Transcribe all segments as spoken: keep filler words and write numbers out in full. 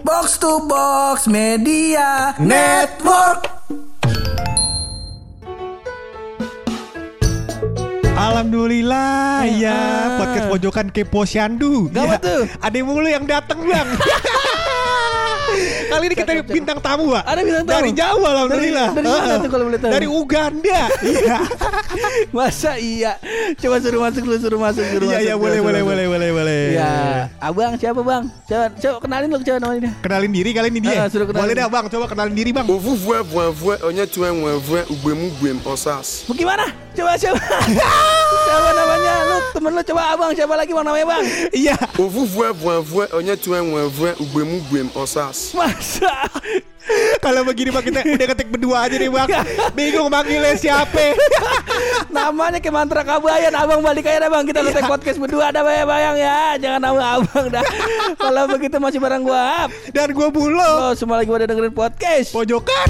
Box to Box Media Network. Alhamdulillah ya, podcast pojokan kepo Syandu. Gawat ya, tuh. ada mulu yang datang bang. Kali ini kita bintang tamu, Pak. Ada bintang tamu Dari Jawa, alhamdulillah. Dari, dari mana tuh kalau boleh tahu? Dari Uganda. Iya. Masa iya? Coba suruh masuk dulu, suruh masuk, suruh Iya, masuk. iya, boleh, boleh, boleh, boleh, boleh. Ya, abang siapa bang? Coba, coba kenalin lu, coba namanya. Kenalin diri kali ini dia. Ah, suruh kenalin. Boleh dah bang, coba kenalin diri bang. Ovu voix voix voix onye tuan voix voix ubemu ubem osas. Gimana? Coba, coba. Siapa namanya? Lu temen lu coba abang, siapa lagi bang namanya bang? Iya. Ovu voix voix voix onye tuan voix voix ubemu ubem osas. Masa? Kalau begini bang, kita udah ketik berdua aja nih bang. Bingung manggilnya siapa. Namanya kayak mantra kabayan. Abang balik aja dah bang. Kita ngetek podcast berdua dah bayang-bayang ya. Jangan nama abang dah. Kalau begitu masih bareng gua Ap. Dan gue Bulo. Oh, semua lagi pada dengerin podcast Pojokan.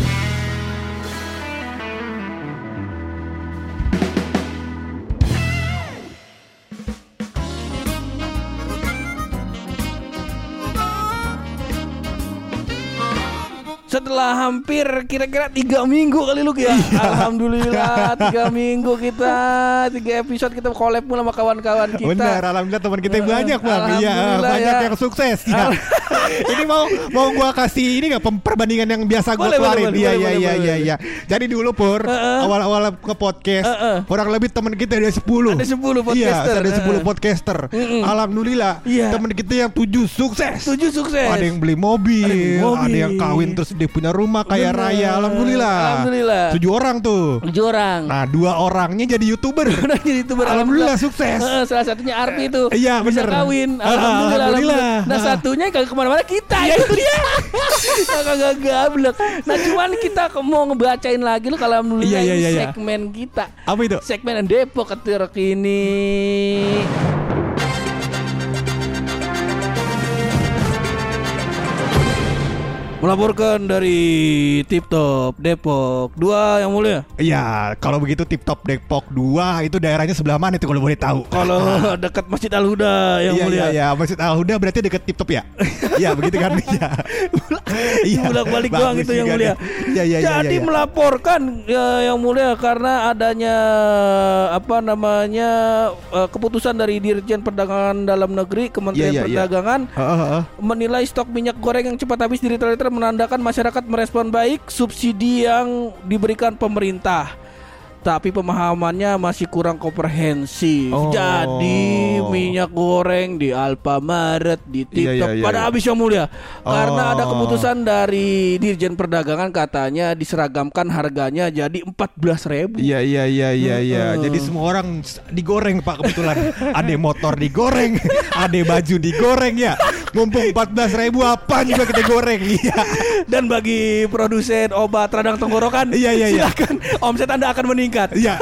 setelah hampir kira-kira tiga minggu kali lu ya. Alhamdulillah tiga minggu kita tiga episode kita collab mulu sama kawan-kawan kita. Benar, alhamdulillah teman kita uh, banyak bang. Iya, banyak ya. yang sukses. Ya. Ini mau mau gua kasih ini nggak perbandingan yang biasa gua keluarin. Iya, iya, iya, iya, iya. Jadi dulu Pur, uh-uh. awal-awal ke podcast, uh-uh. kurang lebih teman kita ada sepuluh. Ada sepuluh podcaster. Iya, ada sepuluh podcaster. Uh-uh. Alhamdulillah, yeah. teman kita yang tujuh sukses. tujuh sukses. Ada yang beli mobil, ada yang, mobil. Ada yang kawin terus dia punya rumah kaya Bener. raya. Alhamdulillah. Alhamdulillah. Tujuh orang tuh. Tujuh orang. Nah, dua orangnya jadi YouTuber. jadi YouTuber. Alhamdulillah, alhamdulillah sukses. Uh, salah satunya Arfi itu. Iya, bisa bener. kawin. Uh, Alhamdulillah, alhamdulillah. alhamdulillah. Nah, uh. satunya kagak kemana-mana kita. Iya itu dia. Kagak gablek. Nah, cuman kita mau ngebacain lagi lu kalau alhamdulillah iya, iya, ini iya. segmen kita. Apa itu? Segmen Depok terkini. Melaporkan dari Tip Top Depok dua yang mulia. Iya, kalau begitu Tip Top Depok dua itu daerahnya sebelah mana itu kalau boleh tahu? Kalau dekat Masjid Al Huda yang iya, mulia. Iya, iya, Masjid Al Huda berarti dekat Tip Top ya? Iya, begitu kan? Iya. Iya, bolak-balik doang itu yang mulia. Iya, iya, iya. Jadi ya, ya. melaporkan ya, yang mulia karena adanya apa namanya uh, keputusan dari Dirjen Perdagangan Dalam Negeri Kementerian ya, ya, Perdagangan ya. Uh, uh, uh. menilai stok minyak goreng yang cepat habis di retail-retail menandakan masyarakat merespon baik subsidi yang diberikan pemerintah. Tapi pemahamannya masih kurang komprehensif. Oh. Jadi minyak goreng di Alfamaret, di TikTok iya, iya, iya, pada iya. habis yang mulia. Oh. Karena ada keputusan dari Dirjen Perdagangan katanya diseragamkan harganya jadi empat belas ribu. Iya iya iya iya iya. Hmm. Jadi semua orang digoreng Pak kebetulan. Ada motor digoreng, ada baju digoreng ya. Mumpung empat belas ribu apa juga kita goreng. Iya. Dan bagi produsen obat radang tenggorokan, iya, iya, iya. silakan omset Anda akan meningkat. Iya.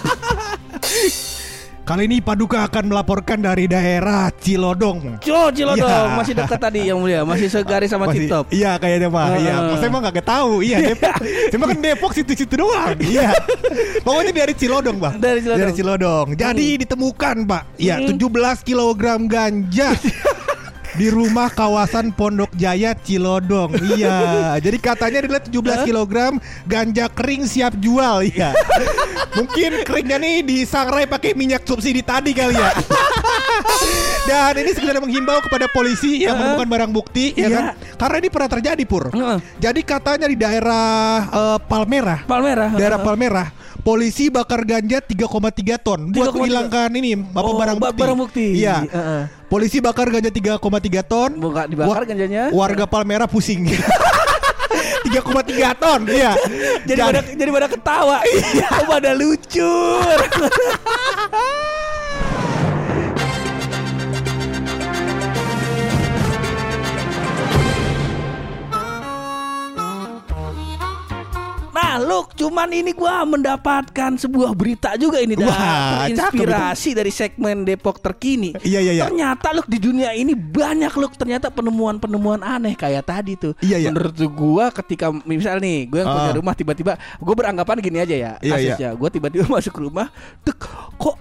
Kali ini Paduka akan melaporkan dari daerah Cilodong. Oh, Cilodong ya. Masih dekat tadi yang mulia, masih segaris sama Tip Top. Iya kayaknya Pak. Uh. Iya, saya emang gak tahu. Iya, Depok. Cuma kan Depok situ-situ doang. Iya. Pokoknya dari Cilodong, Pak. Dari Cilodong. Dari Cilodong. Jadi hmm. ditemukan, Pak. Iya, hmm. tujuh belas kilogram ganja. Di rumah kawasan Pondok Jaya Cilodong. Iya. Jadi katanya adalah tujuh belas kilogram ganja kering siap jual. Iya. Mungkin keringnya nih disangrai pakai minyak subsidi tadi kali ya. Dan ini sekedar menghimbau kepada polisi yang menemukan barang bukti, ya kan? Karena ini pernah terjadi Pur. Jadi katanya di daerah uh, Palmerah. Palmerah. Daerah Palmerah. Polisi bakar ganja tiga koma tiga ton buat menghilangkan ini apa oh, barang bukti. Barang bukti. Iya. Uh-uh. Polisi bakar ganja tiga koma tiga ton. Bukan dibakar wa- ganjanya. Warga Palmerah pusing. tiga koma tiga ton. Iya. Jadi pada jadi pada ketawa. Iya, pada lucu. Nah, Luk, cuman ini gua mendapatkan sebuah berita juga ini dah, terinspirasi dari segmen Depok terkini. Iya, iya, iya. Ternyata Luk di dunia ini banyak Luk ternyata penemuan-penemuan aneh kayak tadi tuh. Iya, iya. Menurut gua ketika misal nih, gua yang punya uh. rumah tiba-tiba gua beranggapan gini aja ya, iya, kasusnya. Iya. Gua tiba-tiba masuk rumah, tek, kok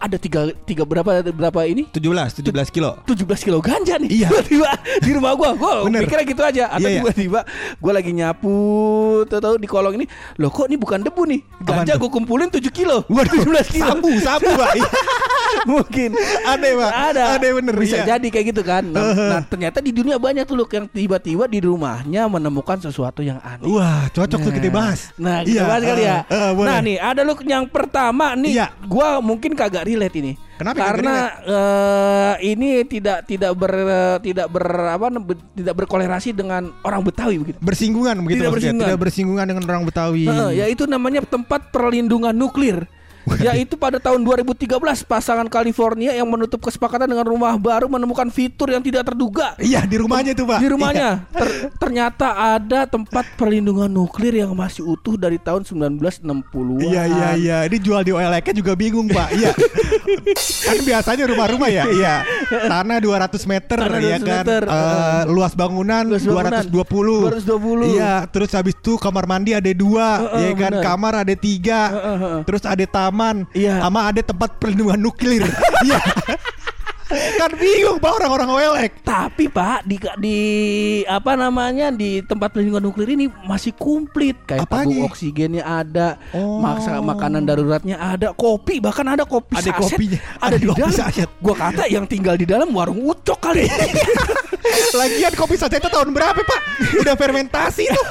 ada tiga tiga berapa berapa ini? tujuh belas kilo. tujuh belas kilo ganja nih. Iya. Tiba-tiba di rumah gua. Gua mikirnya gitu aja. Atau iya, tiba-tiba gua lagi nyapu tahu di kolong ini. Loh kok ini bukan debu nih. Ganja gua kumpulin tujuh kilo. Waduh, tujuh belas kilo. Sabu, sabu, Pak. Mungkin Aneh, Pak. Ada. Aneh bener. Bisa iya. jadi kayak gitu kan. Nah, nah ternyata di dunia banyak tuh loh yang tiba-tiba di rumahnya menemukan sesuatu yang aneh. Wah, cocok nah, tuh kita bahas. Nah, kita iya, bahas kali ya. Uh, uh, nah, nih ada loh yang pertama nih. Iya. Gua mungkin kagak relate ini. Kenapa? Karena uh, ini tidak tidak ber tidak ber apa tidak berkolerasi dengan orang Betawi begitu. Bersinggungan begitu Tidak maksudnya. bersinggungan. Tidak bersinggungan dengan orang Betawi. Uh, yaitu namanya tempat perlindungan nuklir. Yaitu pada tahun dua ribu tiga belas pasangan California yang menutup kesepakatan dengan rumah baru menemukan fitur yang tidak terduga. Iya, di rumahnya tuh, Pak. Di rumahnya ter- ternyata ada tempat perlindungan nuklir yang masih utuh dari tahun sembilan belas enam puluhan. Iya iya iya, ini jual di O L X juga bingung, Pak. Iya. Kan biasanya rumah-rumah ya. Iya. Tanah dua ratus meter Tanah ya dua ratus kan. meter. Uh, luas bangunan Luas dua ratus dua puluh. dua ratus dua puluh. Iya, terus habis itu kamar mandi ada dua, Uh, uh, ya kan. bener. Kamar ada tiga. Uh, uh, uh. Terus ada taman, Iya. sama ada tempat perlindungan nuklir. Iya. Kan bingung Pak orang-orang O L X. Tapi Pak di di apa namanya di tempat perlindungan nuklir ini masih komplit kayak Apanya? tabung oksigennya ada, Oh. maksa makanan daruratnya ada, kopi bahkan ada kopi Ada saset, kopinya. ada, Ada di kopi dalam. saset. Gua kata yang tinggal di dalam warung ucok kali. Lagian kopi saset itu tahun berapa, Pak? Udah fermentasi tuh.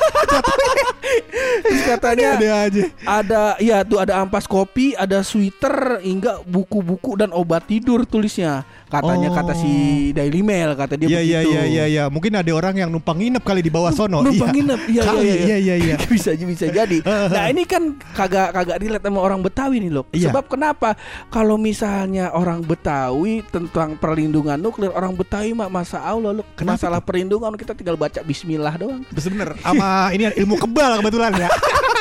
Terus katanya Ada aja. ada ya tuh ada ampas kopi, ada sweater hingga buku-buku dan obat tidur tulisnya. Katanya Oh. kata si Daily Mail kata dia Iya iya begitu. iya iya iya. Mungkin ada orang yang numpang nginep kali di bawah sono. Numpang Iya. nginep. Iya Kali, iya iya iya iya. bisa bisa jadi. Nah, ini kan kagak kagak relate sama orang Betawi nih, loh. Iya. Sebab kenapa? Kalau misalnya orang Betawi tentang perlindungan nuklir, orang Betawi mah masa Allah, loh. Kenapa Masalah perlindungan kita tinggal baca bismillah doang. Bener sama ini ilmu kebal kebetulan ya.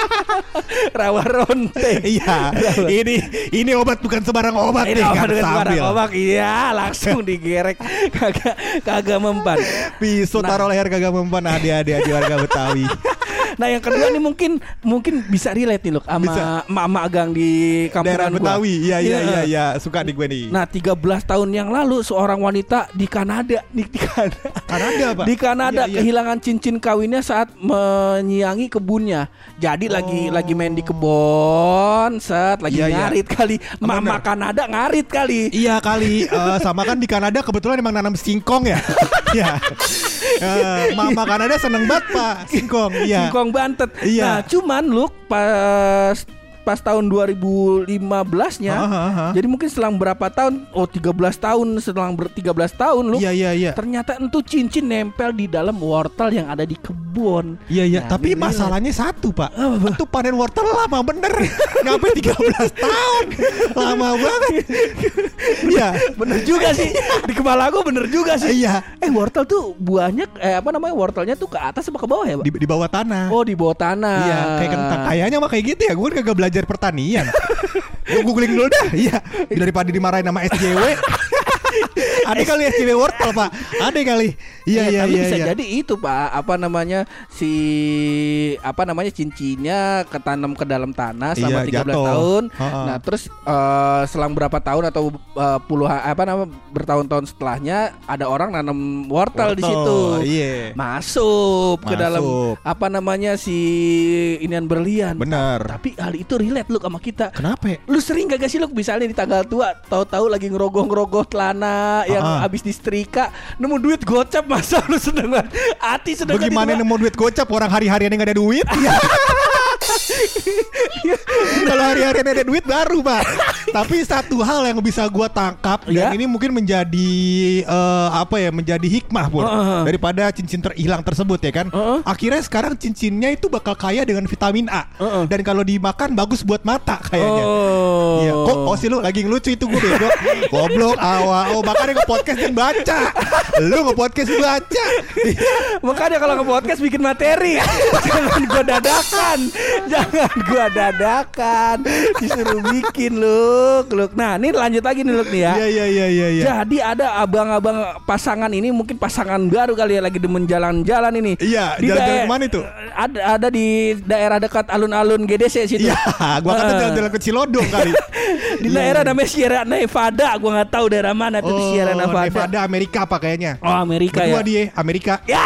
Rawa ronte. Iya. Ini ini obat bukan sembarang obat Ini nih obat kan dengan sambil. sembarang obat, iya langsung digerek, kagak kagak mempan. Pisau Nah. taruh leher kagak mempan adik-adik adik warga Betawi. Nah yang kedua nih mungkin mungkin bisa relate nih loh Bisa. sama emak-emak gang di Daerah kampungan gua. Betawi. Iya iya Iya. iya iya, suka nih gue nih. Nah tiga belas tahun yang lalu seorang wanita di Kanada di, di Kanada, Kanada, Pak? di Kanada Iya, iya. kehilangan cincin kawinnya saat menyiangi kebunnya. Jadi lagi lagi main di kebun, set lagi Iya, iya. ngarit kali. Mama Bener. Kanada ngarit kali. Iya kali, eh, sama kan di Kanada kebetulan emang nanam singkong ya. Iya. Eh, Mama Kanada seneng banget Pak singkong. Iya. Singkong bantet. Iya. Nah, cuman lu pas pas tahun dua ribu lima belas-nya. Ha, ha, ha. Jadi mungkin selang berapa tahun? Oh, tiga belas tahun, selang ber tiga belas tahun lu. Iya iya iya. Ternyata itu cincin nempel di dalam wortel yang ada di kebun. Iya iya, Nah, tapi ini masalahnya satu Pak. Apa? Itu panen wortel lama bener. Nyampe tiga belas tahun. Lama banget. Iya. bener juga sih. Di kepala gue bener juga sih. Iya. Eh wortel tuh buahnya eh apa namanya wortelnya tuh ke atas apa ke bawah ya, Pak? Di, di bawah tanah. Oh, di bawah tanah. Iya, kayak kentang. Kayaknya mah kayak gitu ya. Gue kan kagak belajar pertanian. Gue googling dulu dah. Iya. Daripada dimarahin sama S J W. Ada kali S J W wortel Pak. Ada kali. Iya Eh, iya tapi iya. bisa iya. jadi itu Pak, apa namanya si apa namanya cincinnya ketanam ke dalam tanah selama Iya, tiga belas jatuh. tahun. Ha-ha. Nah, terus eh, selang berapa tahun atau eh, puluhan apa nama bertahun-tahun setelahnya ada orang nanam wortel, di situ. Iya. Masuk, ke Masuk. dalam apa namanya si inian berlian. Benar. Tapi hal itu relate lu sama kita. Kenapa ya? Lu sering gak sih lu misalnya di tanggal tua tahu-tahu lagi ngerogoh-ngerogoh celana yang Ah. habis disetrika, nemu duit gocap, masa lu seneng banget? Hati seneng banget Bagaimana itu, Pak. nemu duit gocap orang hari-hariannya gak ada duit? Kalau hari-harian ada duit baru Pak. Tapi satu hal yang bisa gua tangkap Ya. dan ini mungkin menjadi eh, apa ya, menjadi hikmah Pur, Uh-uh. daripada cincin terhilang tersebut ya kan. Uh-uh. Akhirnya sekarang cincinnya itu bakal kaya dengan vitamin A. Uh-uh. Dan kalau dimakan bagus buat mata kayaknya. Oh. Iya, kok oh sih lu lagi ngelucu itu gue bego. Goblok, awa. Oh, makanya nge-podcast dan baca. Lu nge-podcast baca. Makanya kalau nge-podcast bikin materi jangan gua dadakan. Jangan gua dadakan. Disuruh bikin lu. Luk, Luk. Nah, ini lanjut lagi nih Luk nih ya. Iya iya iya iya iya. Jadi ada abang-abang pasangan ini mungkin pasangan baru kali ya lagi demen jalan-jalan ini. Iya, Di jalan-jalan daer- kemana itu? Ada ada di daerah dekat alun-alun G D C situ. Iya, gua kata Eh. jalan-jalan ke Cilodong kali. Di Iya, daerah iya. namanya Sierra Nevada, gua nggak tahu daerah mana tuh di Sierra Oh, Nevada. Nevada Amerika apa kayaknya? Oh, Amerika Berdua ya. dia Amerika. Ya.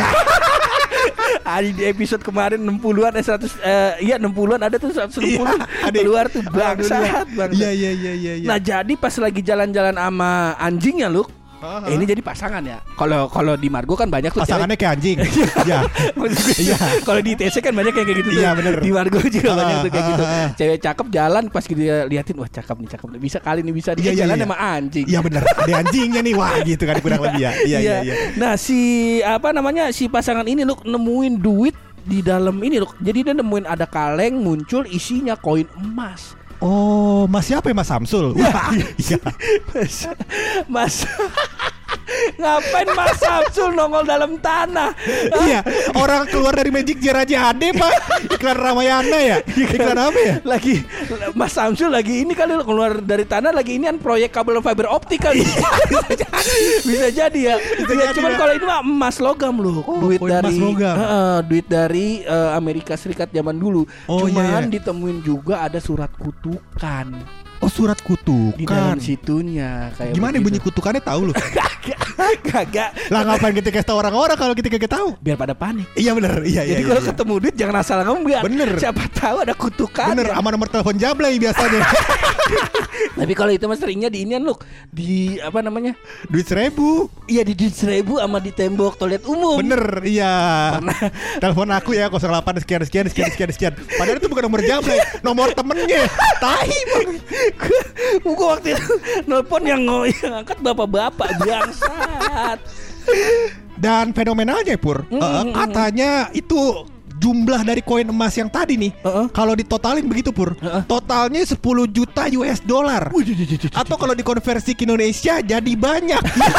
Ada di episode kemarin enam puluhan eh seratus eh iya enam puluhan ada tuh seratus enam puluh Iya, ada. keluar tuh Aduh, bangsat bangsat. Iya iya iya iya iya. Nah, jadi pas lagi jalan-jalan sama anjingnya Luk. Aha. Eh, ini jadi pasangan ya. Kalau kalau di Margo kan banyak tuh Pasangannya kayak anjing. Iya. Iya. Kalau di T C kan banyak yang kayak gitu tuh. Iya, bener. Di Margo juga Ah, banyak tuh kayak ah, gitu. ah. Cewek cakep jalan pas dia liatin, wah cakep nih, cakep nih. Bisa kali nih bisa dia Iya, iya, jalan iya. sama anjing. Iya benar. Ada anjingnya nih. Wah, gitu kan kurang lebih ya. Iya iya iya. Nah, si apa namanya si pasangan ini Luk nemuin duit di dalam ini Luk. Jadi dia nemuin ada kaleng muncul isinya koin emas. Oh, Mas siapa ya Mas Samsul? Wah, iya. Mas, mas ngapain Mas Samsul nongol dalam tanah? Iya, orang keluar dari Magic Jar aja ada, Pak. Iklan Ramayana ya? Iklan apa ya? Lagi Mas Samsul lagi ini kali keluar dari tanah lagi ini kan proyek kabel fiber optik kali. Bisa jadi ya. Bisa Ya, jadi, cuman ya. kalau ini mah emas logam loh. Oh, duit koin dari emas logam. Heeh, duit dari eh, Amerika Serikat zaman dulu. Oh, Cuman iya, iya. ditemuin juga ada surat kutukan Oh, surat kutukan. di dalam situnya kayak Gimana bunyi begitu. kutukannya tahu loh. Kagak. Lah ngapain kita kasih tahu orang-orang kalau kita kagak tahu? Biar pada panik. Iya benar. Iya iya. Jadi iya, kalau iya. ketemu duit jangan asal ngomong. Bener. Siapa tahu ada kutukan. Bener, sama nomor telepon Jablay biasanya. Tapi kalau itu mas seringnya di inian Luk, di apa namanya? Duit seribu. Iya di duit seribu sama di tembok toilet umum. Bener, iya. Telepon aku ya nol delapan sekian sekian sekian sekian sekian. Padahal itu bukan nomor Jablay, nomor temennya. Tai bang. Gua waktu itu nelpon yang, yang angkat bapak-bapak bangsat. Dan fenomenalnya Pur, Mm, eh, mm, katanya itu jumlah dari koin emas yang tadi nih, Uh-uh. kalau ditotalin begitu Pur, Uh-uh. totalnya sepuluh juta U S dollar. Atau kalau dikonversi ke Indonesia jadi banyak.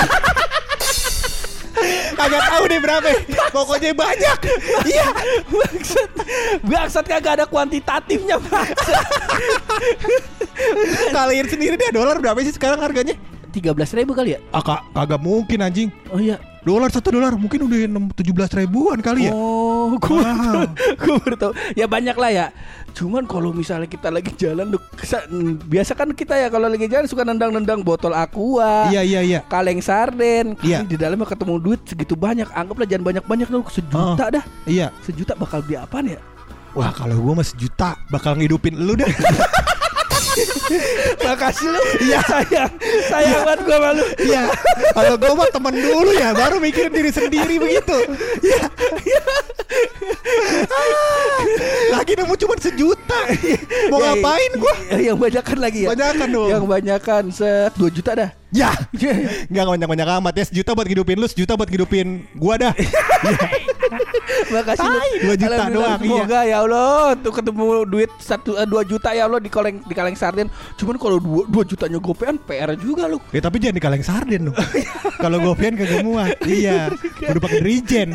Kagak tahu deh berapa. Pokoknya banyak. Iya. Bangsat. Bangsat kagak ada kuantitatifnya bangsat. Kalian sendiri deh dolar berapa sih sekarang harganya? tiga belas ribu kali ya? Ah, kak, kagak mungkin anjing. Oh iya. Dolar satu dolar mungkin udah tujuh belas ribuan kali ya. Oh, gue Wow. gue baru tahu. Ya banyak lah ya. Cuman kalau misalnya kita lagi jalan, Duk, kesa- biasa kan kita ya kalau lagi jalan suka nendang-nendang botol aqua, Iya iya iya. kaleng sarden. Iya. Kali di dalamnya ketemu duit segitu banyak. Anggaplah jangan banyak-banyak dulu, sejuta Oh. dah. Iya. Sejuta bakal beli apaan ya? Wah kalau gue mah sejuta bakal ngidupin lu dah. Makasih lu. Iya sayang. Sayang banget gua malu. Iya. Kalau gue mah temen dulu ya, baru mikirin diri sendiri begitu. Iya. Lagi nemu cuma sejuta. Mau Ya, ngapain gue? ya, Yang banyakan lagi ya. Banyakan dong. Yang banyakan set dua juta dah. Ya. Nggak banyak-banyak amat ya. Sejuta buat ngidupin lu, sejuta buat ngidupin gua dah. Makasih lu. Tai, dua juta Alhamdulillah, doang, iya. semoga ya Allah tuh ketemu duit satu eh, dua juta ya Allah di kaleng di kaleng sarden. Cuman kalau dua dua jutanya gopean P R juga lu. Ya tapi jangan di kaleng sarden dong. Kalau gopean kagak muat. Iya. Udah pakai dirijen.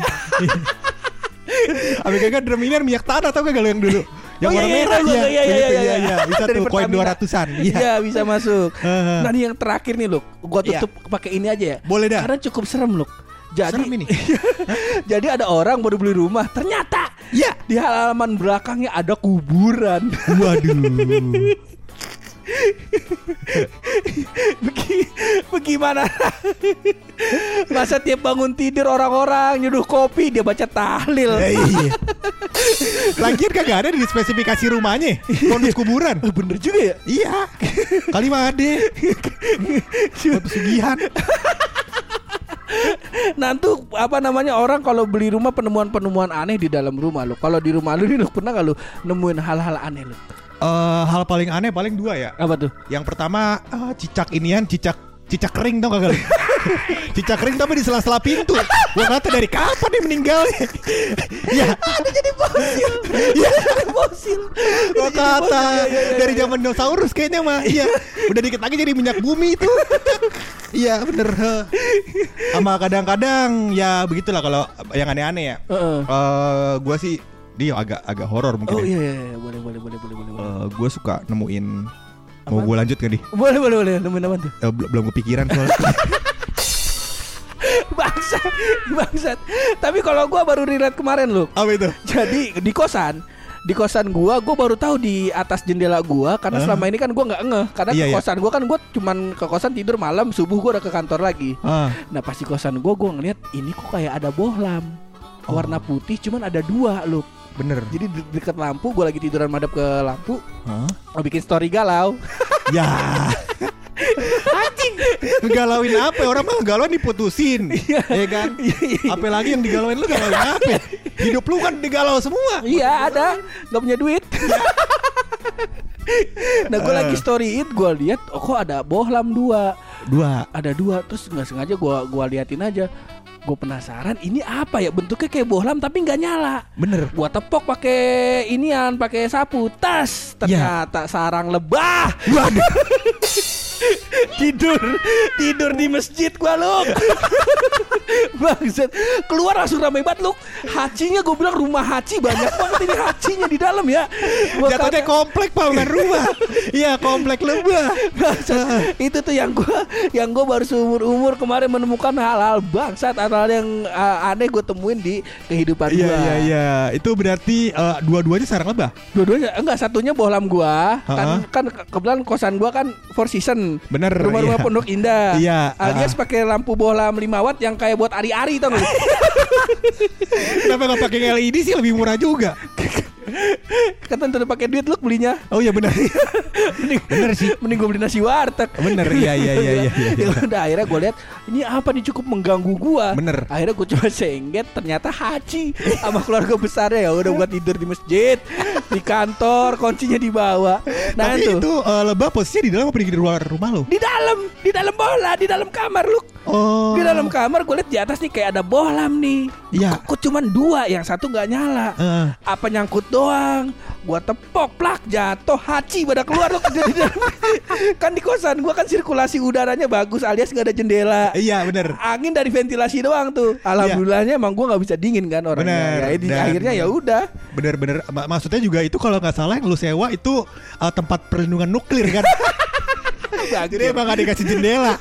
Abi kagak drum ini minyak tanah tau gak kalau yang dulu? Yang Oh, warna iya, merah iya, iya. iya, iya, Begitu, iya, iya, iya. iya. Bisa Dari tuh koin Pertamina. dua ratusan. Iya. Iya bisa masuk. Heeh. Nah ini yang terakhir nih Luk, gua tutup pakai ini aja ya. Boleh dah. Karena cukup serem Luk. Jadi Serem ini. jadi ada orang baru beli rumah, ternyata Iya. di halaman belakangnya ada kuburan. Waduh. Begi- Bagaimana? Masa tiap bangun tidur orang-orang nyeduh kopi dia baca tahlil. Ya, iya. Lagian kagak ada di spesifikasi rumahnya. Bonus kuburan. Oh, bener juga ya. Iya. Kali mah ada. Suatu sugihan. Nanti apa namanya orang kalau beli rumah penemuan-penemuan aneh di dalam rumah lo. Kalau di rumah lu nih lu pernah gak lu nemuin hal-hal aneh lu? Eh, hal paling aneh paling dua ya. Apa tuh? Yang pertama ah, cicak inian, cicak cicak kering tau kagak? Cicak kering tapi di sela-sela pintu. Gua kata dari kapan dia meninggalnya? Iya. Ada jadi fosil. Iya, jadi fosil. Gua Jadi kata fosil. Iya, iya, iya, dari iya. zaman dinosaurus kayaknya mah. Iya. Udah dikit lagi jadi minyak bumi itu. Iya bener. Sama kadang-kadang ya begitulah kalau yang aneh-aneh ya. Heeh. Eh, gua sih dia agak agak horor mungkin. Oh ya. iya, iya, iya, boleh boleh boleh boleh boleh. boleh. Eh, gue suka nemuin Mau gue lanjut gak nih? Boleh boleh boleh. Nemuin apa tuh? Eh, belum belum kepikiran soalnya. Bangsat, bangsat. Tapi kalau gue baru relate kemarin loh. Apa itu? Jadi di kosan, di kosan gue, gue baru tahu di atas jendela gue karena uh. selama ini kan gue nggak ngeh. Karena iya, ke iya. kosan gue kan gue cuman ke kosan tidur malam, subuh gue udah ke kantor lagi. Uh. Nah pas di kosan gue, gue ngeliat ini kok kayak ada bohlam Oh. warna putih, cuman ada dua loh. Bener. Jadi de- deket lampu, gue lagi tiduran madep ke lampu, Huh? mau bikin story galau. Ya. Anjing. Ngegalauin apa? Orang mah galauin diputusin. Ya kan? Apalagi yang digalauin lu galauin apa? Hidup lu kan digalau semua. Iya ada, nggak punya duit. Nah gue lagi storyin, gue lihat, oh kok ada bohlam dua, Dua. ada dua, terus nggak sengaja gue gua liatin aja. Gue penasaran ini apa ya, bentuknya kayak bohlam tapi nggak nyala. Bener. Gua tepok pakai inian, pakai sapu, tas, ternyata sarang lebah. Waduh. tidur tidur di masjid gua lu. Bangsat, keluar langsung ramai banget lu. Hacinya gue bilang rumah haci banyak banget ini hacinya di dalam ya. Gua Jatuhnya kata, komplek Pak, bukan rumah. Iya, komplek lebah. bangsat, itu tuh yang gua yang gua baru seumur umur kemarin menemukan hal-hal bangsat, hal-hal yang uh, aneh gue temuin di kehidupan Iya gua. iya iya. Itu berarti uh, dua-duanya sarang lebah. Dua-duanya enggak, satunya bohlam gua. Ha-ha. Kan kan kebetulan kosan gua kan Four Season. Bener. Rumah-rumah iya. Pondok Indah. Iya. Alias pakai lampu bohlam lima watt yang kayak buat ari-ari tau gak? Kenapa nggak pakai L E D sih, lebih murah juga? Kata udah pakai duit lu belinya. Oh iya benar. Mending, Bener sih. mending gue beli nasi warteg. Bener, iya iya iya iya. iya. Ya udah akhirnya gue lihat ini apa nih, cukup mengganggu gua. Bener. Akhirnya gue coba sengget, ternyata haji sama keluarga besarnya. Ya udah buat tidur di masjid, di kantor, kuncinya dibawa. Nah Tapi itu, itu uh, lebah posisinya di dalam apa di luar rumah lo? di dalam, di dalam bola, di dalam kamar lu. Oh. Di dalam kamar gue lihat di atas nih kayak ada bohlam nih. Iya. Kok cuman dua, yang satu nggak nyala. Uh. Apa nyangkut doang? Gua tepok, plak, jatuh, haci pada keluar loh. Kan di kosan gua kan sirkulasi udaranya bagus, alias nggak ada jendela. Iya bener. Angin dari ventilasi doang tuh. Alhamdulillahnya emang gua nggak bisa dingin kan orangnya. Bener. Ya, di Dan- akhirnya ya udah. Bener-bener. Ma- Maksudnya juga itu kalau nggak salah yang lu sewa itu uh, tempat perlindungan nuklir kan? Jadi emang gak dikasih jendela.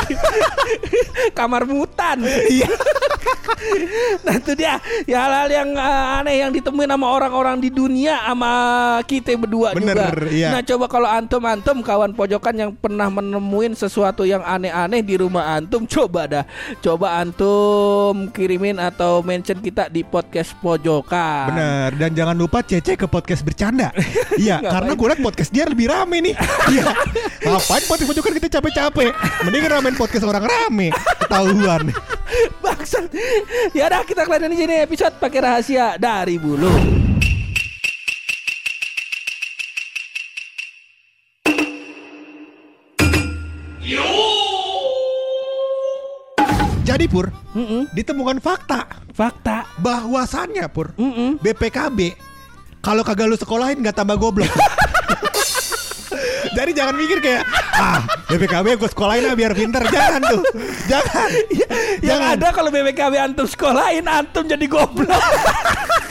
Kamar mutan. Iya. Nah itu dia ya, hal-hal yang uh, aneh yang ditemuin sama orang-orang di dunia, sama kita berdua Bener, juga. iya. Nah coba kalau antum-antum kawan pojokan yang pernah menemuin sesuatu yang aneh-aneh di rumah antum, coba dah, coba antum kirimin atau mention kita di podcast pojokan. Bener. Dan jangan lupa cece ke podcast bercanda. Iya. Ngapain? Karena gue liat podcast dia lebih rame nih. Iya. Ngapain podcast pojokan kita capek-capek? Mending ramein podcast orang rame. Ketahuan. Bangsat. Ya udah kita kelarin di sini episode pakai rahasia dari bulu. Jadi Pur, Mm-mm. ditemukan fakta Fakta. bahwasannya Pur, Mm-mm. B P K B kalau kagak lu sekolahin gak tambah goblok. Jadi jangan mikir kayak ah B P K B gue sekolahin lah biar pinter. Jangan tuh. Jangan. Yang Jangan. ada kalau B P K B antum sekolahin, antum jadi goblok.